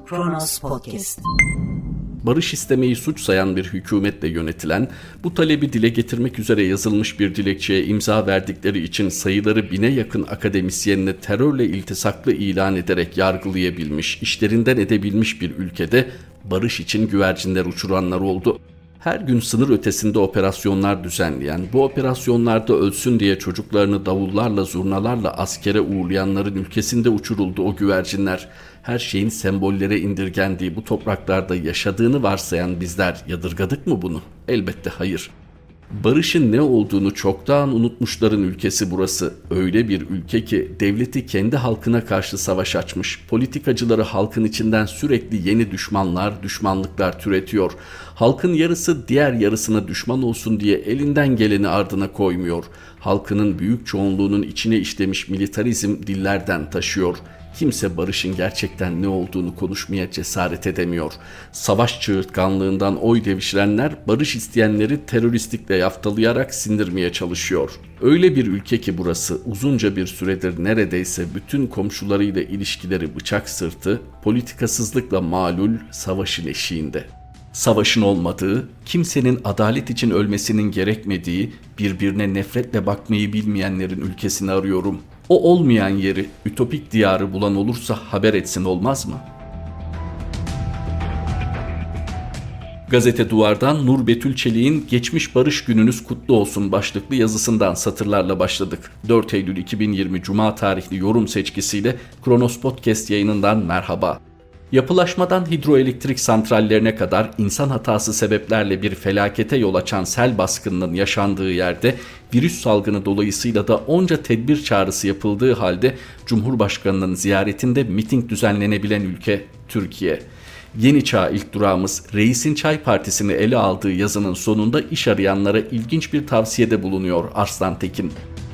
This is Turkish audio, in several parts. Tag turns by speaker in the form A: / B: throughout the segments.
A: Kronos Podcast.
B: Barış istemeyi suç sayan bir hükümetle yönetilen, bu talebi dile getirmek üzere yazılmış bir dilekçeye imza verdikleri için sayıları 1000'e yakın akademisyenini terörle iltisaklı ilan ederek yargılayabilmiş, işlerinden edebilmiş bir ülkede barış için güvercinler uçuranlar oldu. Her gün sınır ötesinde operasyonlar düzenleyen, bu operasyonlarda ölsün diye çocuklarını davullarla, zurnalarla askere uğurlayanların ülkesinde uçuruldu o güvercinler. Her şeyin sembollere indirgendiği bu topraklarda yaşadığını varsayan bizler yadırgadık mı bunu? Elbette hayır. Barışın ne olduğunu çoktan unutmuşların ülkesi burası. Öyle bir ülke ki devleti kendi halkına karşı savaş açmış. Politikacıları halkın içinden sürekli yeni düşmanlar, düşmanlıklar türetiyor. Halkın yarısı diğer yarısına düşman olsun diye elinden geleni ardına koymuyor. Halkının büyük çoğunluğunun içine işlemiş militarizm dillerden taşıyor. Kimse barışın gerçekten ne olduğunu konuşmaya cesaret edemiyor. Savaş çığırtkanlığından oy devşirenler barış isteyenleri teröristlikle yaftalayarak sindirmeye çalışıyor. Öyle bir ülke ki burası uzunca bir süredir neredeyse bütün komşularıyla ilişkileri bıçak sırtı, politikasızlıkla malul savaşın eşiğinde. Savaşın olmadığı, kimsenin adalet için ölmesinin gerekmediği, birbirine nefretle bakmayı bilmeyenlerin ülkesini arıyorum. O olmayan yeri, ütopik diyarı bulan olursa haber etsin, olmaz mı? Gazete Duvar'dan Nur Betül Çelik'in "Geçmiş Barış Gününüz Kutlu Olsun" başlıklı yazısından satırlarla başladık. 4 Eylül 2020 Cuma tarihli yorum seçkisiyle Kronos Podcast yayınından merhaba. Yapılaşmadan hidroelektrik santrallerine kadar insan hatası sebeplerle bir felakete yol açan sel baskınının yaşandığı yerde virüs salgını dolayısıyla da onca tedbir çağrısı yapıldığı halde Cumhurbaşkanı'nın ziyaretinde miting düzenlenebilen ülke Türkiye. Yeni çağ ilk durağımız Reis'in Çay Partisi'ni ele aldığı yazının sonunda iş arayanlara ilginç bir tavsiyede bulunuyor Arslan Tekin.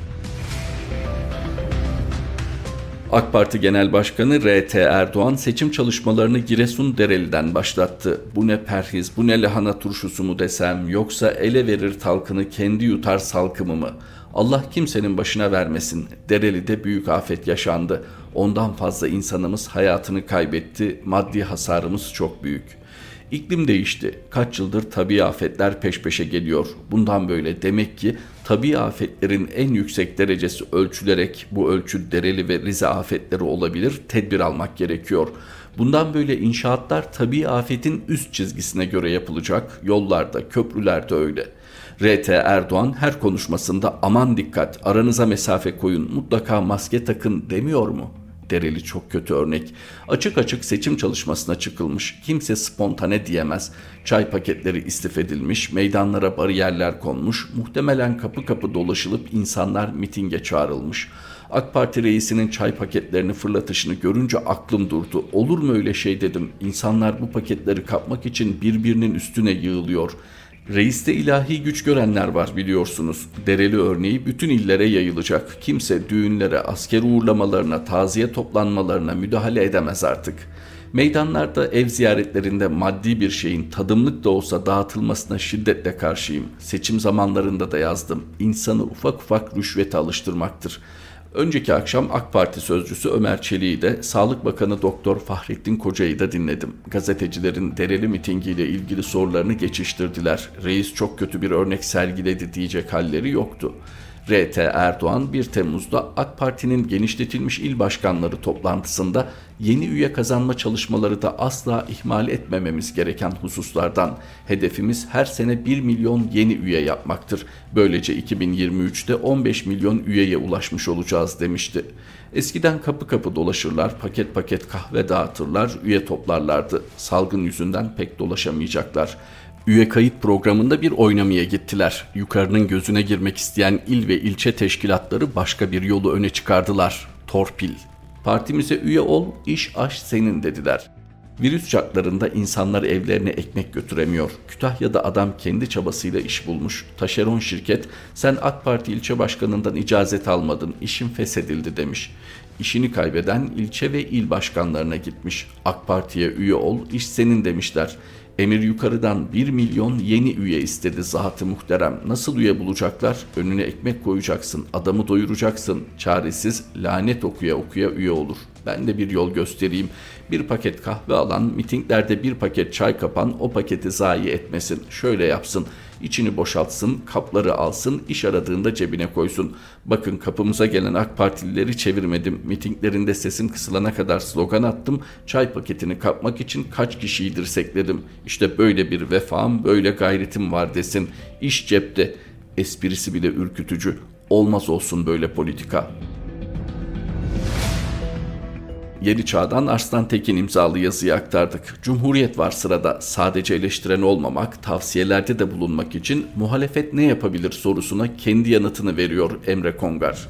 B: AK Parti Genel Başkanı R.T. Erdoğan seçim çalışmalarını Giresun-Dereli'den başlattı. Bu ne perhiz, bu ne lahana turşusu mu desem, yoksa ele verir talkını kendi yutar salkımı mı? Allah kimsenin başına vermesin. Dereli'de büyük afet yaşandı. Ondan fazla insanımız hayatını kaybetti. Maddi hasarımız çok büyük. İklim değişti. Kaç yıldır tabii afetler peş peşe geliyor. Bundan böyle demek ki tabii afetlerin en yüksek derecesi ölçülerek, bu ölçü Dereli ve Rize afetleri olabilir, tedbir almak gerekiyor. Bundan böyle inşaatlar tabii afetin üst çizgisine göre yapılacak. Yollarda, köprülerde öyle. R.T. Erdoğan her konuşmasında aman dikkat, aranıza mesafe koyun, mutlaka maske takın demiyor mu? Dereli çok kötü örnek. Açık açık seçim çalışmasına çıkılmış. Kimse spontane diyemez. Çay paketleri istif edilmiş, meydanlara bariyerler konmuş, muhtemelen kapı kapı dolaşılıp insanlar mitinge çağrılmış. AK Parti reisinin çay paketlerini fırlatışını görünce aklım durdu. Olur mu öyle şey dedim. İnsanlar bu paketleri kapmak için birbirinin üstüne yığılıyor. Reiste ilahi güç görenler var biliyorsunuz. Dereli örneği bütün illere yayılacak. Kimse düğünlere, asker uğurlamalarına, taziye toplanmalarına müdahale edemez artık. Meydanlarda, ev ziyaretlerinde maddi bir şeyin tadımlık da olsa dağıtılmasına şiddetle karşıyım. Seçim zamanlarında da yazdım. İnsanı ufak ufak rüşvete alıştırmaktır. Önceki akşam AK Parti sözcüsü Ömer Çelik'i de, Sağlık Bakanı Doktor Fahrettin Koca'yı da dinledim. Gazetecilerin Dereli mitingiyle ilgili sorularını geçiştirdiler. Reis çok kötü bir örnek sergiledi diyecek halleri yoktu. R.T. Erdoğan 1 Temmuz'da AK Parti'nin genişletilmiş il başkanları toplantısında yeni üye kazanma çalışmaları da asla ihmal etmememiz gereken hususlardan. Hedefimiz her sene 1 milyon yeni üye yapmaktır. Böylece 2023'te 15 milyon üyeye ulaşmış olacağız demişti. Eskiden kapı kapı dolaşırlar, paket paket kahve dağıtırlar, üye toplarlardı. Salgın yüzünden pek dolaşamayacaklar. Üye kayıt programında bir oynamaya gittiler. Yukarının gözüne girmek isteyen il ve ilçe teşkilatları başka bir yolu öne çıkardılar. Torpil. Partimize üye ol, iş aş senin dediler. Virüs şartlarında insanlar evlerine ekmek götüremiyor. Kütahya'da adam kendi çabasıyla iş bulmuş. Taşeron şirket, sen AK Parti ilçe başkanından icazet almadın, işin feshedildi demiş. İşini kaybeden ilçe ve il başkanlarına gitmiş. AK Parti'ye üye ol, iş senin demişler. Emir yukarıdan 1 milyon yeni üye istedi zat-ı muhterem. Nasıl üye bulacaklar? Önüne ekmek koyacaksın, adamı doyuracaksın. Çaresiz lanet okuya okuya üye olur. Ben de bir yol göstereyim. Bir paket kahve alan, mitinglerde bir paket çay kapan o paketi zayi etmesin. Şöyle yapsın, içini boşaltsın, kapları alsın, iş aradığında cebine koysun. Bakın kapımıza gelen AK Partilileri çevirmedim. Mitinglerinde sesim kısılana kadar slogan attım. Çay paketini kapmak için kaç kişiyi dirsekledim. İşte böyle bir vefam, böyle gayretim var desin. İş cepte. Esprisi bile ürkütücü. Olmaz olsun böyle politika. Yeni Çağ'dan Arslan Tekin imzalı yazıyı aktardık. Cumhuriyet var sırada. Sadece eleştiren olmamak, tavsiyelerde de bulunmak için muhalefet ne yapabilir sorusuna kendi yanıtını veriyor Emre Kongar.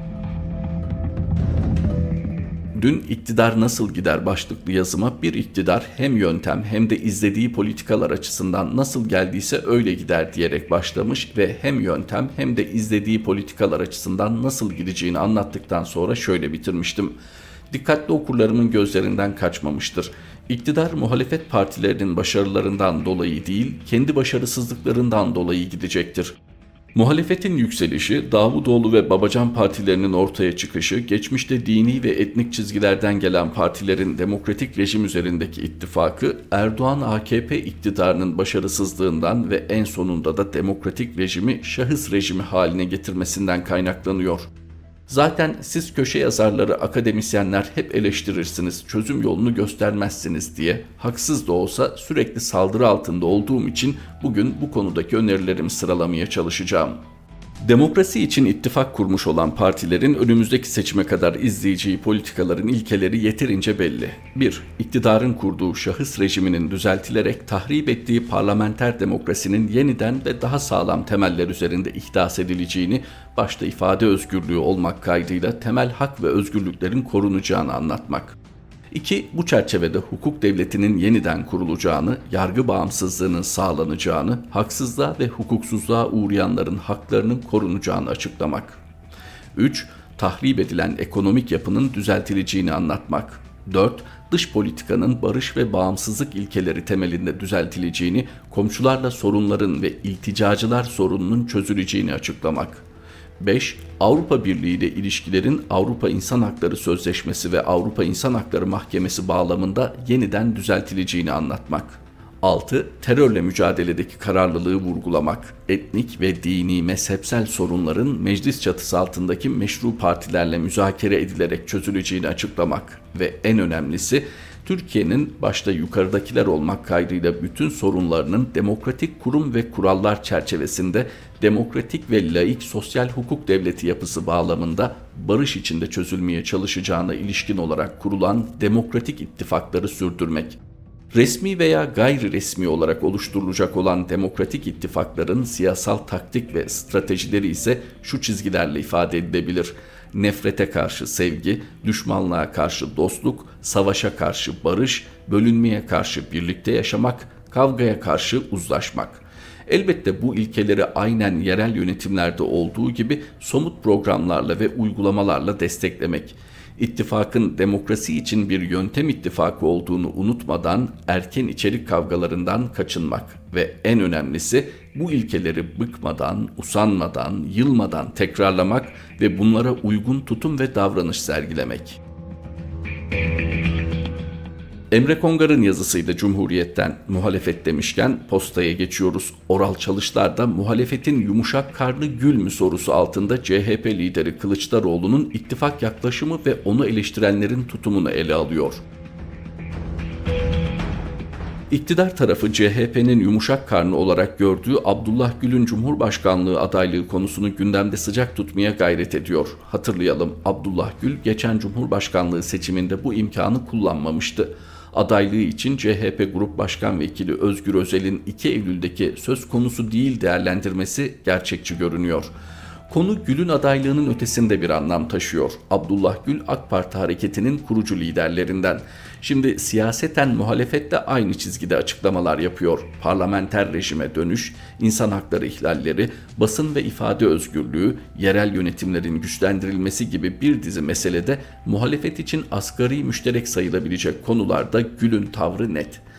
B: Dün iktidar nasıl gider başlıklı yazıma bir iktidar hem yöntem hem de izlediği politikalar açısından nasıl geldiyse öyle gider diyerek başlamış ve hem yöntem hem de izlediği politikalar açısından nasıl gideceğini anlattıktan sonra şöyle bitirmiştim. Dikkatli okurlarımın gözlerinden kaçmamıştır. İktidar muhalefet partilerinin başarılarından dolayı değil, kendi başarısızlıklarından dolayı gidecektir. Muhalefetin yükselişi, Davutoğlu ve Babacan partilerinin ortaya çıkışı, geçmişte dini ve etnik çizgilerden gelen partilerin demokratik rejim üzerindeki ittifakı, Erdoğan-AKP iktidarının başarısızlığından ve en sonunda da demokratik rejimi şahıs rejimi haline getirmesinden kaynaklanıyor. Zaten siz köşe yazarları, akademisyenler hep eleştirirsiniz, çözüm yolunu göstermezsiniz diye haksız da olsa sürekli saldırı altında olduğum için bugün bu konudaki önerilerimi sıralamaya çalışacağım. Demokrasi için ittifak kurmuş olan partilerin önümüzdeki seçime kadar izleyeceği politikaların ilkeleri yeterince belli. 1. İktidarın kurduğu şahıs rejiminin düzeltilerek tahrip ettiği parlamenter demokrasinin yeniden ve daha sağlam temeller üzerinde ihdas edileceğini, başta ifade özgürlüğü olmak kaydıyla temel hak ve özgürlüklerin korunacağını anlatmak. 2. Bu çerçevede hukuk devletinin yeniden kurulacağını, yargı bağımsızlığının sağlanacağını, haksızlığa ve hukuksuzluğa uğrayanların haklarının korunacağını açıklamak. 3. Tahrip edilen ekonomik yapının düzeltileceğini anlatmak. 4. Dış politikanın barış ve bağımsızlık ilkeleri temelinde düzeltileceğini, komşularla sorunların ve ilticacılar sorununun çözüleceğini açıklamak. 5. Avrupa Birliği ile ilişkilerin Avrupa İnsan Hakları Sözleşmesi ve Avrupa İnsan Hakları Mahkemesi bağlamında yeniden düzeltileceğini anlatmak. 6. Terörle mücadeledeki kararlılığı vurgulamak, etnik ve dini mezhepsel sorunların meclis çatısı altındaki meşru partilerle müzakere edilerek çözüleceğini açıklamak ve en önemlisi Türkiye'nin başta yukarıdakiler olmak kaydıyla bütün sorunlarının demokratik kurum ve kurallar çerçevesinde demokratik ve laik sosyal hukuk devleti yapısı bağlamında barış içinde çözülmeye çalışacağına ilişkin olarak kurulan demokratik ittifakları sürdürmek. Resmi veya gayri resmi olarak oluşturulacak olan demokratik ittifakların siyasal taktik ve stratejileri ise şu çizgilerle ifade edilebilir. Nefrete karşı sevgi, düşmanlığa karşı dostluk, savaşa karşı barış, bölünmeye karşı birlikte yaşamak, kavgaya karşı uzlaşmak. Elbette bu ilkeleri aynen yerel yönetimlerde olduğu gibi somut programlarla ve uygulamalarla desteklemek. İttifakın demokrasi için bir yöntem ittifakı olduğunu unutmadan erken içerik kavgalarından kaçınmak ve en önemlisi bu ilkeleri bıkmadan, usanmadan, yılmadan tekrarlamak ve bunlara uygun tutum ve davranış sergilemek. Emre Kongar'ın yazısıydı Cumhuriyet'ten. Muhalefet demişken postaya geçiyoruz. Oral Çalışlar'da muhalefetin yumuşak karnı gül mü sorusu altında CHP lideri Kılıçdaroğlu'nun ittifak yaklaşımı ve onu eleştirenlerin tutumunu ele alıyor. İktidar tarafı CHP'nin yumuşak karnı olarak gördüğü Abdullah Gül'ün Cumhurbaşkanlığı adaylığı konusunu gündemde sıcak tutmaya gayret ediyor. Hatırlayalım, Abdullah Gül geçen Cumhurbaşkanlığı seçiminde bu imkanı kullanmamıştı. Adaylığı için CHP Grup Başkan Vekili Özgür Özel'in 2 Eylül'deki söz konusu değil değerlendirmesi gerçekçi görünüyor. Konu Gül'ün adaylığının ötesinde bir anlam taşıyor. Abdullah Gül AK Parti hareketinin kurucu liderlerinden. Şimdi siyaseten muhalefetle aynı çizgide açıklamalar yapıyor. Parlamenter rejime dönüş, insan hakları ihlalleri, basın ve ifade özgürlüğü, yerel yönetimlerin güçlendirilmesi gibi bir dizi meselede muhalefet için asgari müşterek sayılabilecek konularda Gül'ün tavrı net.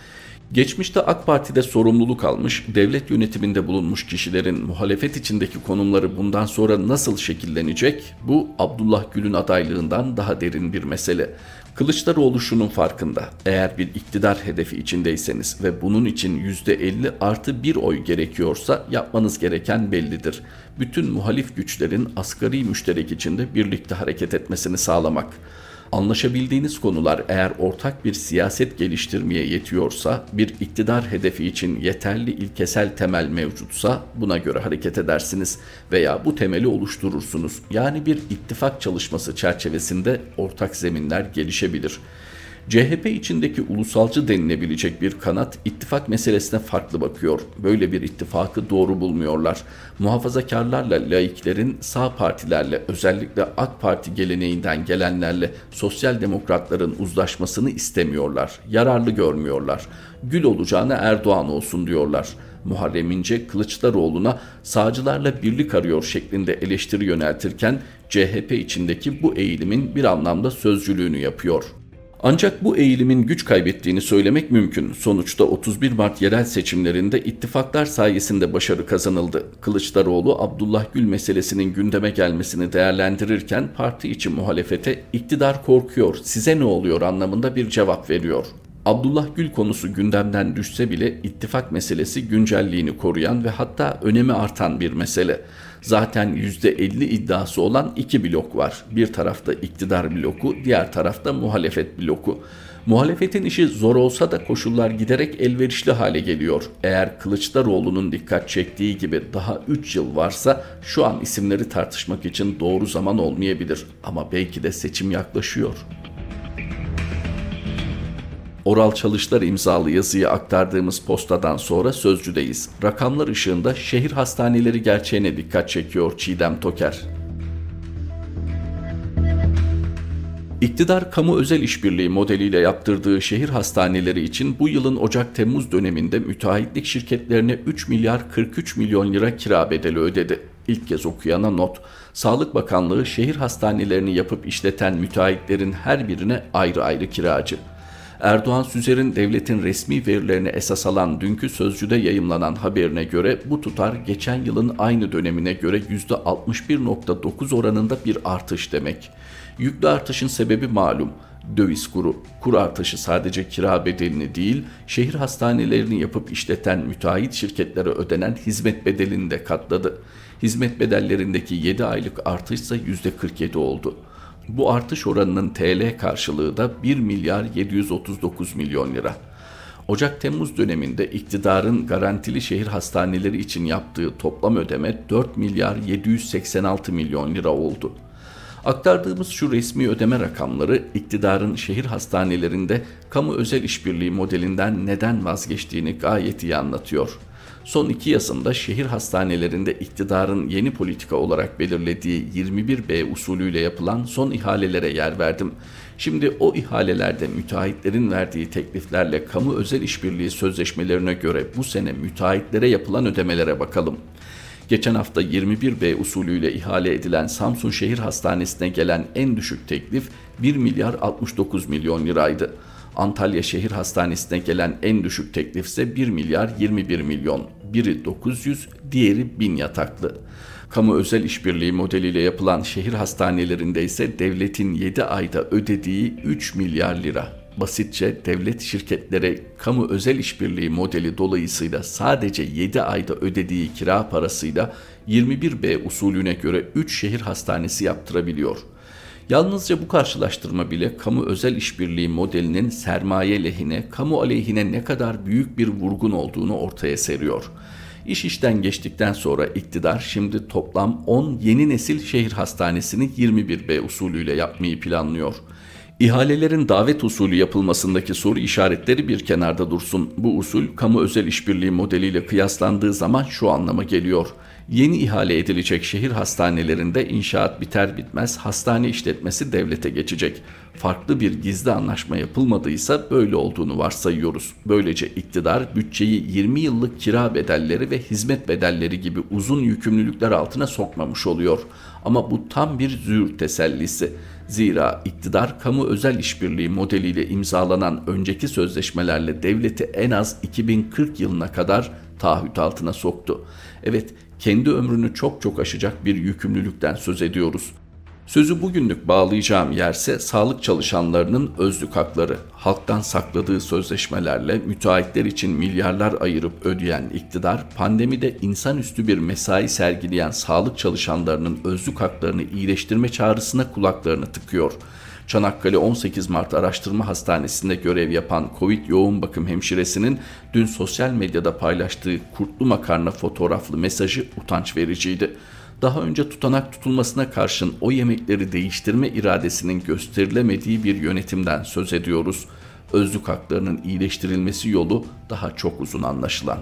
B: Geçmişte AK Parti'de sorumluluk almış, devlet yönetiminde bulunmuş kişilerin muhalefet içindeki konumları bundan sonra nasıl şekillenecek? Bu Abdullah Gül'ün adaylığından daha derin bir mesele. Kılıçdaroğlu şunun farkında. Eğer bir iktidar hedefi içindeyseniz ve bunun için %50+1 oy gerekiyorsa yapmanız gereken bellidir. Bütün muhalif güçlerin asgari müşterek içinde birlikte hareket etmesini sağlamak. Anlaşabildiğiniz konular eğer ortak bir siyaset geliştirmeye yetiyorsa, bir iktidar hedefi için yeterli ilkesel temel mevcutsa buna göre hareket edersiniz veya bu temeli oluşturursunuz. Yani bir ittifak çalışması çerçevesinde ortak zeminler gelişebilir. CHP içindeki ulusalcı denilebilecek bir kanat ittifak meselesine farklı bakıyor. Böyle bir ittifakı doğru bulmuyorlar. Muhafazakarlarla laiklerin, sağ partilerle, özellikle AK Parti geleneğinden gelenlerle sosyal demokratların uzlaşmasını istemiyorlar. Yararlı görmüyorlar. Gül olacağına Erdoğan olsun diyorlar. Muharrem İnce Kılıçdaroğlu'na sağcılarla birlik arıyor şeklinde eleştiri yöneltirken CHP içindeki bu eğilimin bir anlamda sözcülüğünü yapıyor. Ancak bu eğilimin güç kaybettiğini söylemek mümkün. Sonuçta 31 Mart yerel seçimlerinde ittifaklar sayesinde başarı kazanıldı. Kılıçdaroğlu Abdullah Gül meselesinin gündeme gelmesini değerlendirirken parti içi muhalefete iktidar korkuyor, size ne oluyor anlamında bir cevap veriyor. Abdullah Gül konusu gündemden düşse bile ittifak meselesi güncelliğini koruyan ve hatta önemi artan bir mesele. Zaten %50 iddiası olan iki blok var. Bir tarafta iktidar bloku, diğer tarafta muhalefet bloku. Muhalefetin işi zor olsa da koşullar giderek elverişli hale geliyor. Eğer Kılıçdaroğlu'nun dikkat çektiği gibi daha 3 yıl varsa şu an isimleri tartışmak için doğru zaman olmayabilir. Ama belki de seçim yaklaşıyor. Oral Çalışlar imzalı yazıyı aktardığımız postadan sonra Sözcü'deyiz. Rakamlar ışığında şehir hastaneleri gerçeğine dikkat çekiyor Çiğdem Toker. İktidar kamu özel işbirliği modeliyle yaptırdığı şehir hastaneleri için bu yılın Ocak-Temmuz döneminde müteahhitlik şirketlerine 3 milyar 43 milyon lira kira bedeli ödedi. İlk kez okuyana not. Sağlık Bakanlığı şehir hastanelerini yapıp işleten müteahhitlerin her birine ayrı ayrı kiracı. Erdoğan Süzer'in devletin resmi verilerini esas alan dünkü Sözcü'de yayımlanan haberine göre bu tutar geçen yılın aynı dönemine göre %61.9 oranında bir artış demek. Yüklü artışın sebebi malum. Döviz kuru. Kur artışı sadece kira bedelini değil, şehir hastanelerini yapıp işleten müteahhit şirketlere ödenen hizmet bedelini de katladı. Hizmet bedellerindeki 7 aylık artış ise %47 oldu. Bu artış oranının TL karşılığı da 1 milyar 739 milyon lira. Ocak-Temmuz döneminde iktidarın garantili şehir hastaneleri için yaptığı toplam ödeme 4 milyar 786 milyon lira oldu. Aktardığımız şu resmi ödeme rakamları iktidarın şehir hastanelerinde kamu özel işbirliği modelinden neden vazgeçtiğini gayet iyi anlatıyor. Son 2 yazımda şehir hastanelerinde iktidarın yeni politika olarak belirlediği 21B usulüyle yapılan son ihalelere yer verdim. Şimdi o ihalelerde müteahhitlerin verdiği tekliflerle kamu özel işbirliği sözleşmelerine göre bu sene müteahhitlere yapılan ödemelere bakalım. Geçen hafta 21B usulüyle ihale edilen Samsun Şehir Hastanesi'ne gelen en düşük teklif 1 milyar 69 milyon liraydı. Antalya Şehir Hastanesi'ne gelen en düşük teklif ise 1 milyar 21 milyon. Biri 900, diğeri 1000 yataklı. Kamu özel işbirliği modeliyle yapılan şehir hastanelerinde ise devletin 7 ayda ödediği 3 milyar lira. Basitçe devlet şirketlere kamu özel işbirliği modeli dolayısıyla sadece 7 ayda ödediği kira parasıyla 21B usulüne göre 3 şehir hastanesi yaptırabiliyor. Yalnızca bu karşılaştırma bile kamu özel işbirliği modelinin sermaye lehine, kamu aleyhine ne kadar büyük bir vurgun olduğunu ortaya seriyor. İş işten geçtikten sonra iktidar şimdi toplam 10 yeni nesil şehir hastanesini 21B usulüyle yapmayı planlıyor. İhalelerin davet usulü yapılmasındaki soru işaretleri bir kenarda dursun. Bu usul kamu özel işbirliği modeliyle kıyaslandığı zaman şu anlama geliyor. Yeni ihale edilecek şehir hastanelerinde inşaat biter bitmez hastane işletmesi devlete geçecek. Farklı bir gizli anlaşma yapılmadıysa böyle olduğunu varsayıyoruz. Böylece iktidar bütçeyi 20 yıllık kira bedelleri ve hizmet bedelleri gibi uzun yükümlülükler altına sokmamış oluyor. Ama bu tam bir züğürt tesellisi. Zira iktidar kamu özel işbirliği modeliyle imzalanan önceki sözleşmelerle devleti en az 2040 yılına kadar taahhüt altına soktu. Evet, kendi ömrünü çok aşacak bir yükümlülükten söz ediyoruz. Sözü bugünlük bağlayacağım yerse sağlık çalışanlarının özlük hakları. Halktan sakladığı sözleşmelerle müteahhitler için milyarlar ayırıp ödeyen iktidar, pandemide insanüstü bir mesai sergileyen sağlık çalışanlarının özlük haklarını iyileştirme çağrısına kulaklarını tıkıyor. Çanakkale 18 Mart Araştırma Hastanesi'nde görev yapan Covid yoğun bakım hemşiresinin dün sosyal medyada paylaştığı kurtlu makarna fotoğraflı mesajı utanç vericiydi. Daha önce tutanak tutulmasına karşın o yemekleri değiştirme iradesinin gösterilemediği bir yönetimden söz ediyoruz. Özlük haklarının iyileştirilmesi yolu daha çok uzun anlaşılan.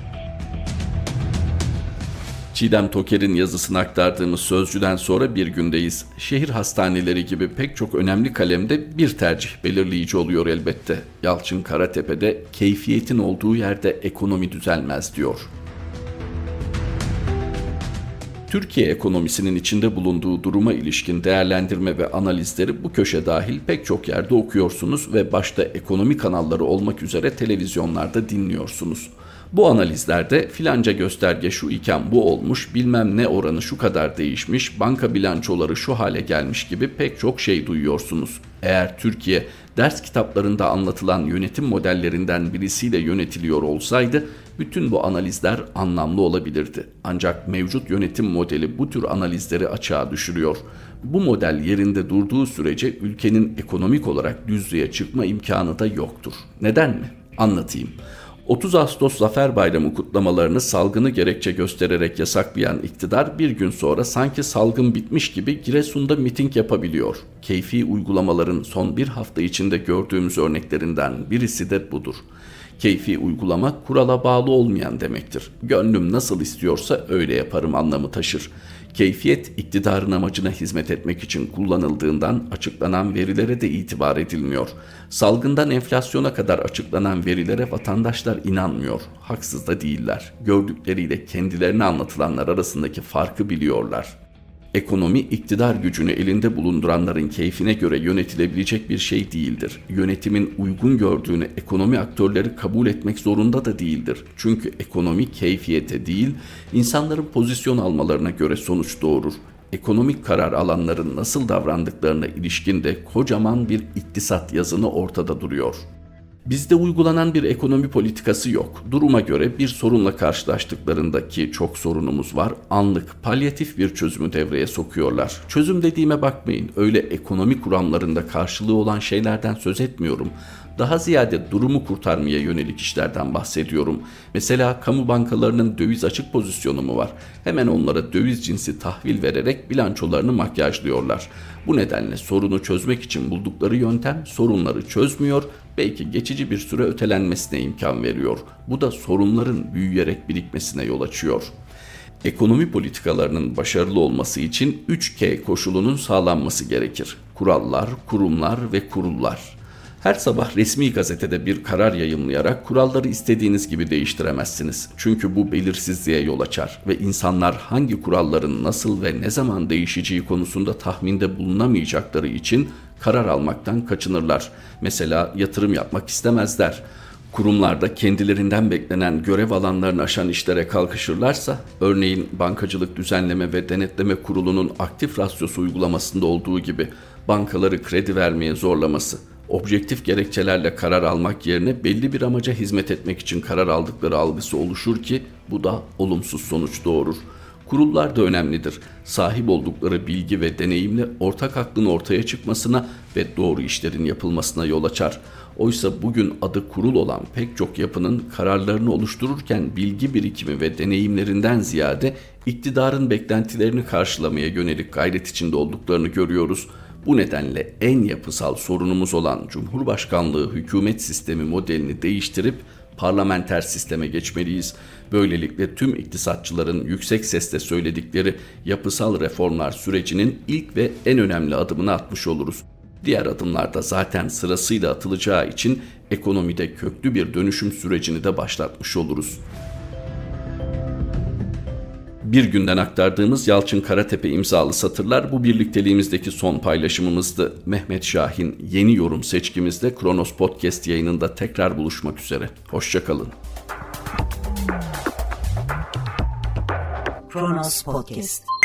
B: Çiğdem Toker'in yazısını aktardığımız Sözcü'den sonra bir gündeyiz. Şehir hastaneleri gibi pek çok önemli kalemde bir tercih belirleyici oluyor elbette. Yalçın Karatepe'de keyfiyetin olduğu yerde ekonomi düzelmez diyor. Türkiye ekonomisinin içinde bulunduğu duruma ilişkin değerlendirme ve analizleri bu köşe dahil pek çok yerde okuyorsunuz ve başta ekonomi kanalları olmak üzere televizyonlarda dinliyorsunuz. Bu analizlerde filanca gösterge şu iken bu olmuş, bilmem ne oranı şu kadar değişmiş, banka bilançoları şu hale gelmiş gibi pek çok şey duyuyorsunuz. Eğer Türkiye ders kitaplarında anlatılan yönetim modellerinden birisiyle yönetiliyor olsaydı bütün bu analizler anlamlı olabilirdi. Ancak mevcut yönetim modeli bu tür analizleri açığa düşürüyor. Bu model yerinde durduğu sürece ülkenin ekonomik olarak düzlüğe çıkma imkanı da yoktur. Neden mi? Anlatayım. 30 Ağustos Zafer Bayramı kutlamalarını salgını gerekçe göstererek yasaklayan iktidar bir gün sonra sanki salgın bitmiş gibi Giresun'da miting yapabiliyor. Keyfi uygulamaların son bir hafta içinde gördüğümüz örneklerinden birisi de budur. Keyfi uygulama kurala bağlı olmayan demektir. Gönlüm nasıl istiyorsa öyle yaparım anlamı taşır. Keyfiyet iktidarın amacına hizmet etmek için kullanıldığından açıklanan verilere de itibar edilmiyor. Salgından enflasyona kadar açıklanan verilere vatandaşlar inanmıyor. Haksız da değiller. Gördükleriyle kendilerine anlatılanlar arasındaki farkı biliyorlar. Ekonomi iktidar gücünü elinde bulunduranların keyfine göre yönetilebilecek bir şey değildir. Yönetimin uygun gördüğünü ekonomi aktörleri kabul etmek zorunda da değildir. Çünkü ekonomi keyfiyete değil, insanların pozisyon almalarına göre sonuç doğurur. Ekonomik karar alanların nasıl davrandıklarına ilişkin de kocaman bir iktisat yazını ortada duruyor. Bizde uygulanan bir ekonomi politikası yok. Duruma göre bir sorunla karşılaştıklarındaki çok sorunumuz var. Anlık, palyatif bir çözümü devreye sokuyorlar. Çözüm dediğime bakmayın. Öyle ekonomi kuramlarında karşılığı olan şeylerden söz etmiyorum. Daha ziyade durumu kurtarmaya yönelik işlerden bahsediyorum. Mesela kamu bankalarının döviz açık pozisyonu mu var? Hemen onlara döviz cinsi tahvil vererek bilançolarını makyajlıyorlar. Bu nedenle sorunu çözmek için buldukları yöntem sorunları çözmüyor, belki geçici bir süre ötelenmesine imkan veriyor. Bu da sorunların büyüyerek birikmesine yol açıyor. Ekonomi politikalarının başarılı olması için 3K koşulunun sağlanması gerekir. Kurallar, kurumlar ve kurullar. Her sabah resmi gazetede bir karar yayımlayarak kuralları istediğiniz gibi değiştiremezsiniz. Çünkü bu belirsizliğe yol açar ve insanlar hangi kuralların nasıl ve ne zaman değişeceği konusunda tahminde bulunamayacakları için karar almaktan kaçınırlar. Mesela yatırım yapmak istemezler. Kurumlarda kendilerinden beklenen görev alanlarını aşan işlere kalkışırlarsa, örneğin Bankacılık Düzenleme ve Denetleme Kurulu'nun aktif rasyosu uygulamasında olduğu gibi bankaları kredi vermeye zorlaması, objektif gerekçelerle karar almak yerine belli bir amaca hizmet etmek için karar aldıkları algısı oluşur ki bu da olumsuz sonuç doğurur. Kurullar da önemlidir. Sahip oldukları bilgi ve deneyimle ortak aklın ortaya çıkmasına ve doğru işlerin yapılmasına yol açar. Oysa bugün adı kurul olan pek çok yapının kararlarını oluştururken bilgi birikimi ve deneyimlerinden ziyade iktidarın beklentilerini karşılamaya yönelik gayret içinde olduklarını görüyoruz. Bu nedenle en yapısal sorunumuz olan Cumhurbaşkanlığı hükümet sistemi modelini değiştirip parlamenter sisteme geçmeliyiz. Böylelikle tüm iktisatçıların yüksek sesle söyledikleri yapısal reformlar sürecinin ilk ve en önemli adımını atmış oluruz. Diğer adımlar da zaten sırasıyla atılacağı için ekonomide köklü bir dönüşüm sürecini de başlatmış oluruz. Bir günden aktardığımız Yalçın Karatepe imzalı satırlar bu birlikteliğimizdeki son paylaşımımızdı. Mehmet Şahin yeni yorum seçkimizde Kronos Podcast yayınında tekrar buluşmak üzere. Hoşça kalın.
A: Kronos Podcast.